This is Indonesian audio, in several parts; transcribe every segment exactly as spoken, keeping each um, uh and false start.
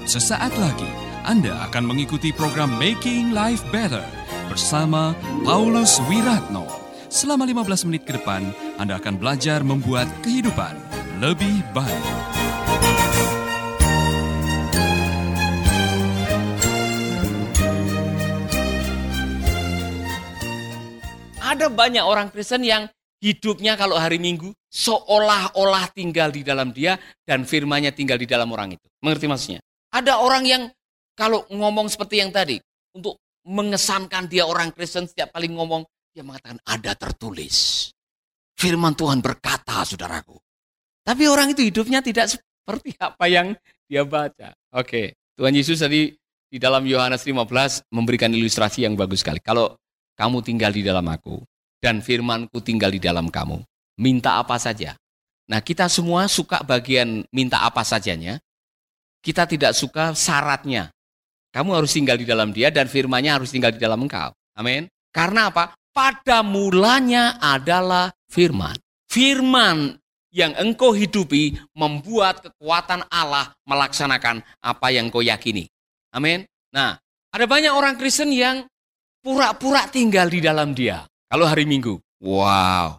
Sesaat lagi Anda akan mengikuti program Making Life Better bersama Paulus Wiratno. Selama lima belas menit ke depan, Anda akan belajar membuat kehidupan lebih baik. Ada banyak orang Kristen yang hidupnya kalau hari Minggu seolah-olah tinggal di dalam dia dan firman-Nya tinggal di dalam orang itu. Mengerti maksudnya? Ada orang yang kalau ngomong seperti yang tadi, untuk mengesankan dia orang Kristen, setiap kali ngomong, dia mengatakan ada tertulis. Firman Tuhan berkata, saudaraku. Tapi orang itu hidupnya tidak seperti apa yang dia baca. Oke, Tuhan Yesus tadi di dalam Yohanes lima belas memberikan ilustrasi yang bagus sekali. Kalau kamu tinggal di dalam aku, dan firman-Ku tinggal di dalam kamu, minta apa saja. Nah, kita semua suka bagian minta apa sajanya. Kita tidak suka syaratnya. Kamu harus tinggal di dalam dia dan firman-Nya harus tinggal di dalam engkau. Amin. Karena apa? Pada mulanya adalah firman. Firman yang engkau hidupi membuat kekuatan Allah melaksanakan apa yang engkau yakini. Amin. Nah, ada banyak orang Kristen yang pura-pura tinggal di dalam dia. Kalau hari Minggu, wow.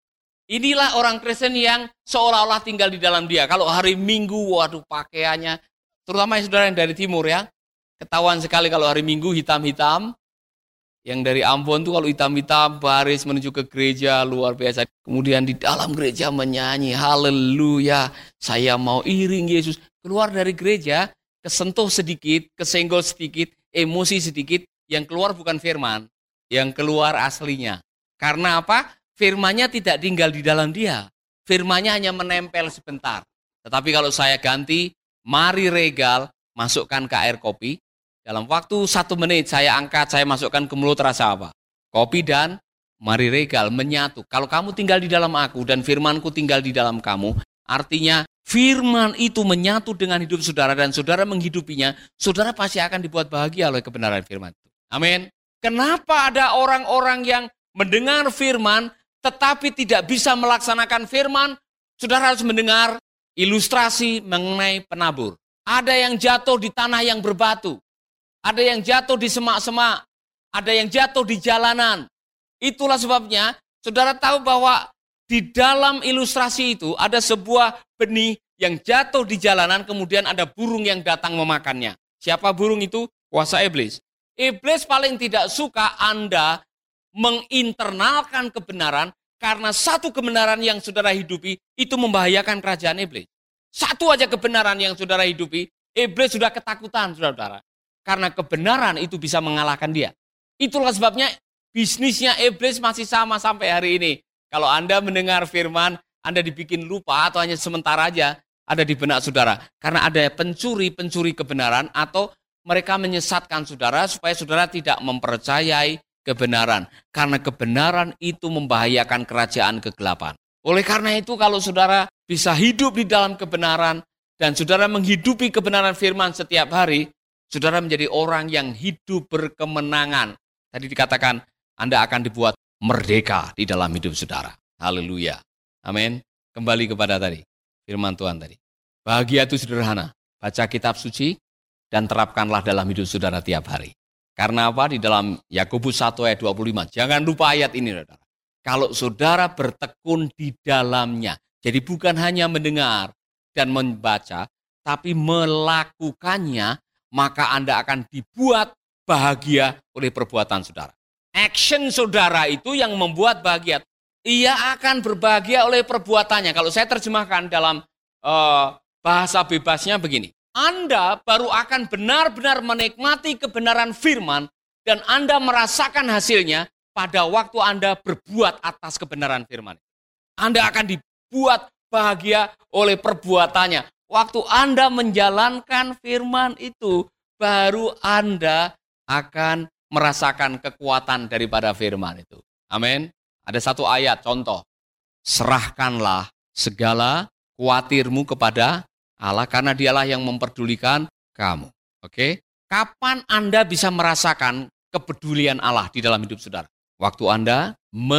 Inilah orang Kristen yang seolah-olah tinggal di dalam dia. Kalau hari Minggu, waduh pakaiannya, terutama yang saudara yang dari timur ya, ketahuan sekali kalau hari Minggu hitam-hitam. Yang dari Ambon tuh kalau hitam-hitam, baris menuju ke gereja, luar biasa. Kemudian di dalam gereja menyanyi, haleluya, saya mau iring Yesus. Keluar dari gereja, kesentuh sedikit, kesenggol sedikit, emosi sedikit, yang keluar bukan firman, yang keluar aslinya. Karena apa? Firman-Nya tidak tinggal di dalam dia. Firman-Nya hanya menempel sebentar. Tetapi kalau saya ganti, mari regal, masukkan ke air kopi. Dalam waktu satu menit saya angkat, saya masukkan ke mulut, rasa apa? Kopi dan mari regal menyatu. Kalau kamu tinggal di dalam aku dan firman-Ku tinggal di dalam kamu, artinya firman itu menyatu dengan hidup saudara dan saudara menghidupinya, saudara pasti akan dibuat bahagia oleh kebenaran firman itu. Amin. Kenapa ada orang-orang yang mendengar firman tetapi tidak bisa melaksanakan firman? Saudara harus mendengar ilustrasi mengenai penabur. Ada yang jatuh di tanah yang berbatu. Ada yang jatuh di semak-semak. Ada yang jatuh di jalanan. Itulah sebabnya saudara tahu bahwa di dalam ilustrasi itu ada sebuah benih yang jatuh di jalanan, kemudian ada burung yang datang memakannya. Siapa burung itu? Kuasa iblis. Iblis paling tidak suka Anda menginternalkan kebenaran, karena satu kebenaran yang saudara hidupi itu membahayakan kerajaan iblis. Satu aja kebenaran yang saudara hidupi, iblis sudah ketakutan, saudara. Karena kebenaran itu bisa mengalahkan dia. Itulah sebabnya bisnisnya iblis masih sama sampai hari ini. Kalau Anda mendengar firman, Anda dibikin lupa atau hanya sementara aja ada di benak saudara. Karena ada pencuri-pencuri kebenaran atau mereka menyesatkan saudara supaya saudara tidak mempercayai kebenaran. Karena kebenaran itu membahayakan kerajaan kegelapan. Oleh karena itu kalau saudara bisa hidup di dalam kebenaran dan saudara menghidupi kebenaran firman setiap hari, saudara menjadi orang yang hidup berkemenangan. Tadi dikatakan Anda akan dibuat merdeka di dalam hidup saudara. Haleluya. Amin. Kembali kepada tadi, firman Tuhan tadi. Bahagia itu sederhana. Baca kitab suci dan terapkanlah dalam hidup saudara tiap hari. Karena apa? Di dalam Yakobus satu ayat dua puluh lima. Jangan lupa ayat ini, saudara. Kalau saudara bertekun di dalamnya. Jadi bukan hanya mendengar dan membaca, tapi melakukannya, maka Anda akan dibuat bahagia oleh perbuatan saudara. Action saudara itu yang membuat bahagia. Ia akan berbahagia oleh perbuatannya. Kalau saya terjemahkan dalam uh, bahasa bebasnya begini. Anda baru akan benar-benar menikmati kebenaran firman dan Anda merasakan hasilnya pada waktu Anda berbuat atas kebenaran firman. Anda akan dibuat bahagia oleh perbuatannya. Waktu Anda menjalankan firman itu, baru Anda akan merasakan kekuatan daripada firman itu. Amin. Ada satu ayat contoh. Serahkanlah segala khawatirmu kepada Allah karena dialah yang memperdulikan kamu. Oke? Kapan Anda bisa merasakan kepedulian Allah di dalam hidup saudara? Waktu Anda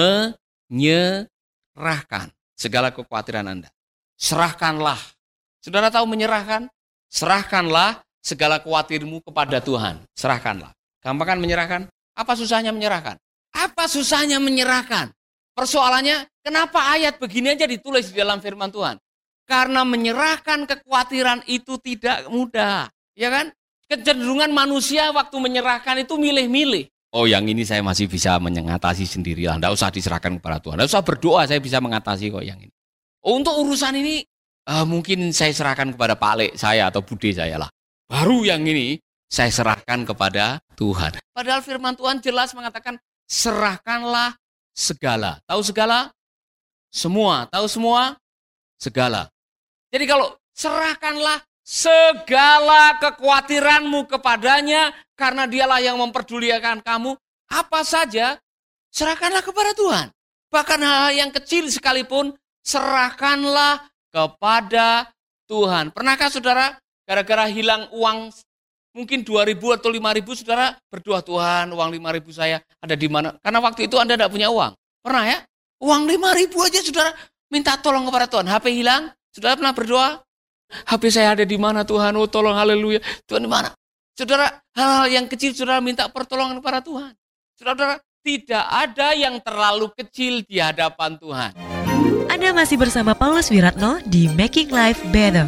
menyerahkan segala kekhawatiran Anda. Serahkanlah. Saudara tahu menyerahkan? Serahkanlah segala khawatirmu kepada Tuhan. Serahkanlah. Gampang kan menyerahkan? Apa susahnya menyerahkan? Apa susahnya menyerahkan? Persoalannya, kenapa ayat begini aja ditulis di dalam firman Tuhan? Karena menyerahkan kekhawatiran itu tidak mudah. Ya kan? Kecenderungan manusia waktu menyerahkan itu milih-milih. Oh, yang ini saya masih bisa mengatasi sendirilah. Tidak usah diserahkan kepada Tuhan. Tidak usah berdoa, saya bisa mengatasi kok yang ini. Oh, untuk urusan ini, uh, mungkin saya serahkan kepada Pak Lek saya atau Bude saya lah. Baru yang ini, saya serahkan kepada Tuhan. Padahal firman Tuhan jelas mengatakan, serahkanlah segala. Tahu segala? Semua. Tahu semua? Segala. Jadi kalau serahkanlah segala kekhawatiranmu kepadanya, karena dialah yang memperdulikan kamu, apa saja, serahkanlah kepada Tuhan. Bahkan hal yang kecil sekalipun, serahkanlah kepada Tuhan. Pernahkah saudara, gara-gara hilang uang, mungkin dua ribu atau lima ribu, saudara berdoa, Tuhan, uang lima ribu saya ada di mana? Karena waktu itu Anda tidak punya uang. Pernah ya? Uang lima ribu aja saudara minta tolong kepada Tuhan. H P hilang, saudara pernah berdoa? H P saya ada di mana Tuhan? Oh tolong, haleluya. Tuhan di mana? Saudara, hal-hal yang kecil saudara minta pertolongan kepada Tuhan. Saudara, tidak ada yang terlalu kecil di hadapan Tuhan. Anda masih bersama Paulus Wiratno di Making Life Better.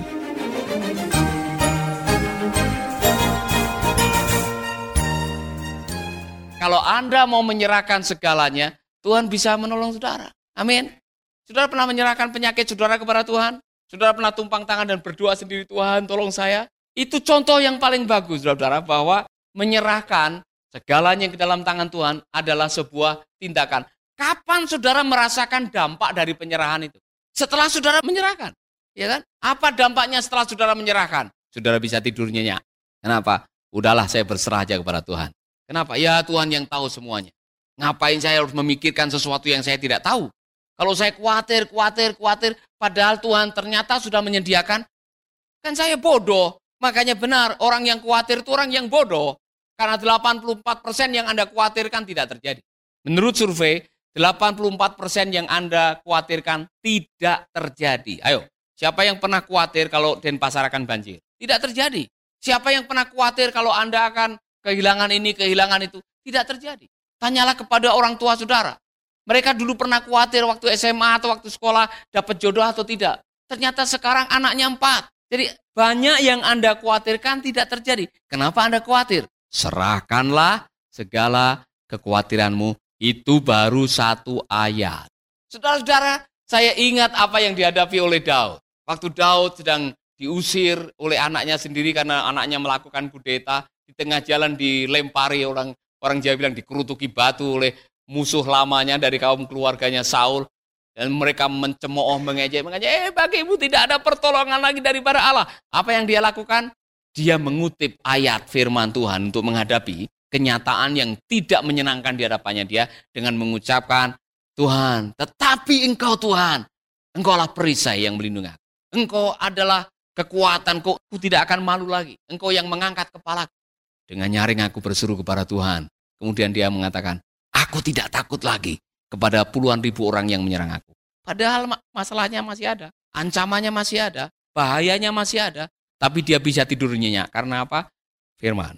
Kalau Anda mau menyerahkan segalanya, Tuhan bisa menolong saudara. Amin. Saudara pernah menyerahkan penyakit saudara kepada Tuhan? Saudara pernah tumpang tangan dan berdoa sendiri, Tuhan tolong saya? Itu contoh yang paling bagus, saudara, bahwa menyerahkan segalanya ke dalam tangan Tuhan adalah sebuah tindakan. Kapan saudara merasakan dampak dari penyerahan itu? Setelah saudara menyerahkan. Ya kan? Apa dampaknya setelah saudara menyerahkan? Saudara bisa tidur nyenyak. Kenapa? Udahlah saya berserah aja kepada Tuhan. Kenapa? Ya Tuhan yang tahu semuanya. Ngapain saya harus memikirkan sesuatu yang saya tidak tahu? Kalau saya khawatir, khawatir, khawatir, padahal Tuhan ternyata sudah menyediakan, kan saya bodoh. Makanya benar, orang yang khawatir itu orang yang bodoh. Karena delapan puluh empat persen yang Anda khawatirkan tidak terjadi. Menurut survei, delapan puluh empat persen yang Anda khawatirkan tidak terjadi. Ayo, siapa yang pernah khawatir kalau Denpasar akan banjir? Tidak terjadi. Siapa yang pernah khawatir kalau Anda akan kehilangan ini, kehilangan itu? Tidak terjadi. Tanyalah kepada orang tua saudara. Mereka dulu pernah khawatir waktu S M A atau waktu sekolah dapat jodoh atau tidak. Ternyata sekarang anaknya empat. Jadi banyak yang Anda khawatirkan tidak terjadi. Kenapa Anda khawatir? Serahkanlah segala kekhawatiranmu. Itu baru satu ayat. Saudara-saudara, saya ingat apa yang dihadapi oleh Daud. Waktu Daud sedang diusir oleh anaknya sendiri karena anaknya melakukan kudeta. Di tengah jalan dilempari orang, orang Jawa bilang dikerutuki batu oleh musuh lamanya dari kaum keluarganya Saul. Dan mereka mencemooh, mengejek, mengejek, eh bagimu tidak ada pertolongan lagi daripada Allah. Apa yang dia lakukan? Dia mengutip ayat firman Tuhan untuk menghadapi kenyataan yang tidak menyenangkan di hadapannya dia dengan mengucapkan, Tuhan, tetapi Engkau Tuhan, Engkaulah perisai yang melindungi aku. Engkau adalah kekuatanku, aku tidak akan malu lagi. Engkau yang mengangkat kepalaku. Dengan nyaring aku berseru kepada Tuhan. Kemudian dia mengatakan, aku tidak takut lagi kepada puluhan ribu orang yang menyerang aku. Padahal masalahnya masih ada, ancamannya masih ada, bahayanya masih ada, tapi dia bisa tidur nyenyak. Karena apa? Firman.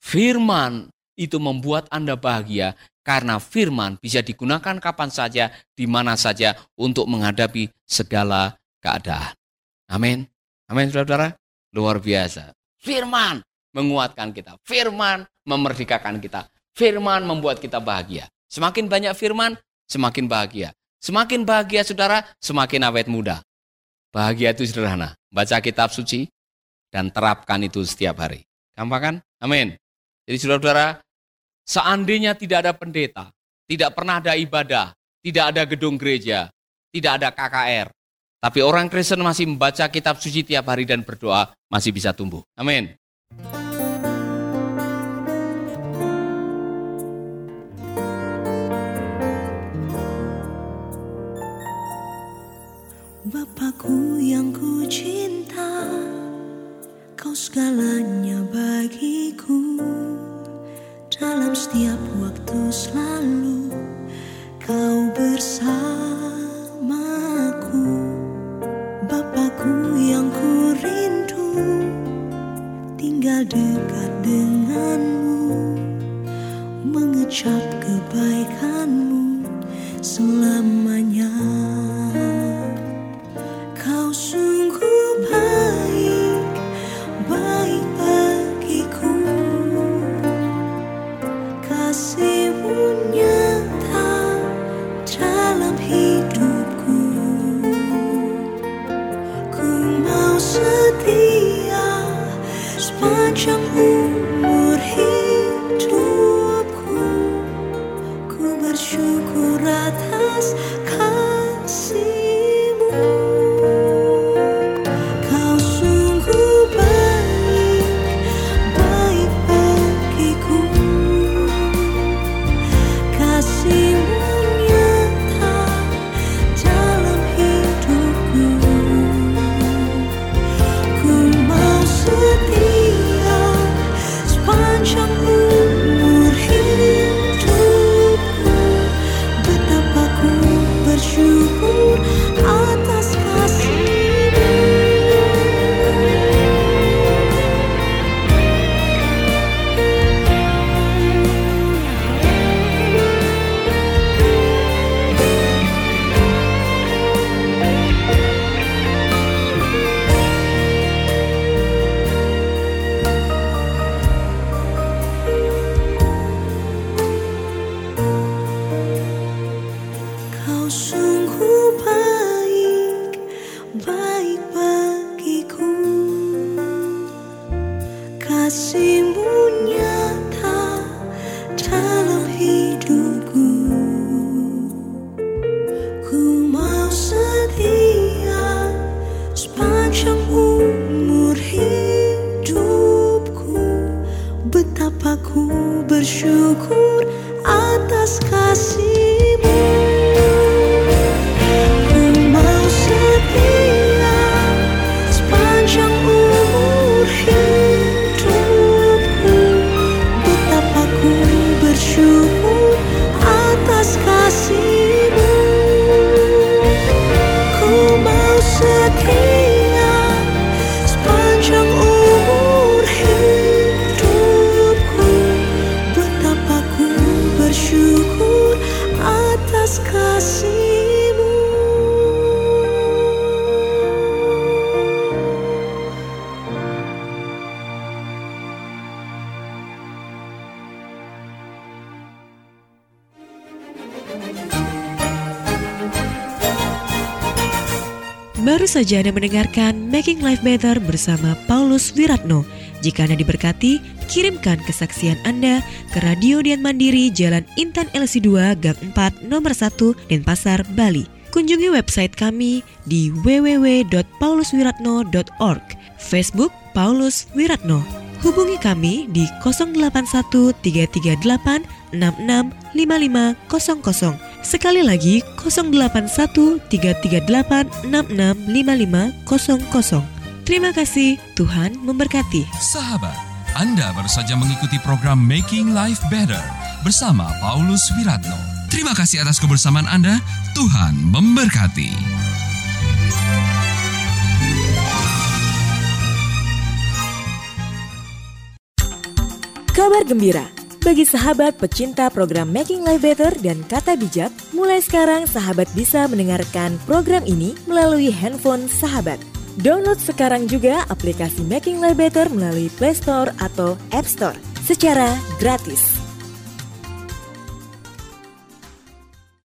Firman itu membuat Anda bahagia karena firman bisa digunakan kapan saja, di mana saja untuk menghadapi segala keadaan. Amin. Amin, saudara-saudara. Luar biasa. Firman menguatkan kita. Firman memerdekakan kita. Firman membuat kita bahagia. Semakin banyak firman, semakin bahagia. Semakin bahagia saudara, semakin awet muda. Bahagia itu sederhana. Baca kitab suci dan terapkan itu setiap hari. Gampang kan? Amin. Jadi saudara-saudara, seandainya tidak ada pendeta, tidak pernah ada ibadah, tidak ada gedung gereja, tidak ada K K R, tapi orang Kristen masih membaca kitab suci tiap hari dan berdoa, masih bisa tumbuh. Amin. Bapakku yang ku cinta, Kau segalanya bagiku. Dalam setiap waktu selalu Kau bersamaku. Bapakku yang ku rindu, tinggal kebaikanmu selamanya. Kau sungguh baik, baik bagiku. Kasih-Mu nyata dalam hidupku. Ku mau setia sepanjang umur hidupku. Ku bersyukur atas kasih-Mu. Kau sungguh baik, baik bagiku. Kasih-Mu nyata dalam hidupku. Ku mau setia sepanjang umur hidupku. Betapa ku bersyukur atas kasih-Mu. Kau sungguh baik, baik bagiku. Kasih-Mu nyata dalam hidupku. Ku mau setia sepanjang umur hidupku. Betapa ku bersyukur atas kasih-Mu. Ku mau setia sepanjang umur hidupku. Betapa ku bersyukur atas kasih-Mu. Ku mau setia sepanjang umur hidupku. Betapa ku bersyukur atas kasih-Mu. Baru saja Anda mendengarkan Making Life Better bersama Paulus Wiratno. Jika Anda diberkati, kirimkan kesaksian Anda ke Radio Dian Mandiri, Jalan Intan L C dua, Gang empat, Nomor satu, Denpasar, Bali. Kunjungi website kami di w w w dot paulos wiratno dot org, Facebook Paulus Wiratno. Hubungi kami di nol delapan satu tiga tiga delapan enam enam lima lima nol nol. Sekali lagi nol delapan satu tiga tiga delapan enam enam lima lima nol nol. Terima kasih, Tuhan memberkati. Sahabat, Anda baru saja mengikuti program Making Life Better bersama Paulus Wiratno. Terima kasih atas kebersamaan Anda. Tuhan memberkati. Kabar gembira bagi sahabat pecinta program Making Life Better dan Kata Bijak. Mulai sekarang sahabat bisa mendengarkan program ini melalui handphone sahabat. Download sekarang juga aplikasi Making Life Better melalui Play Store atau App Store secara gratis.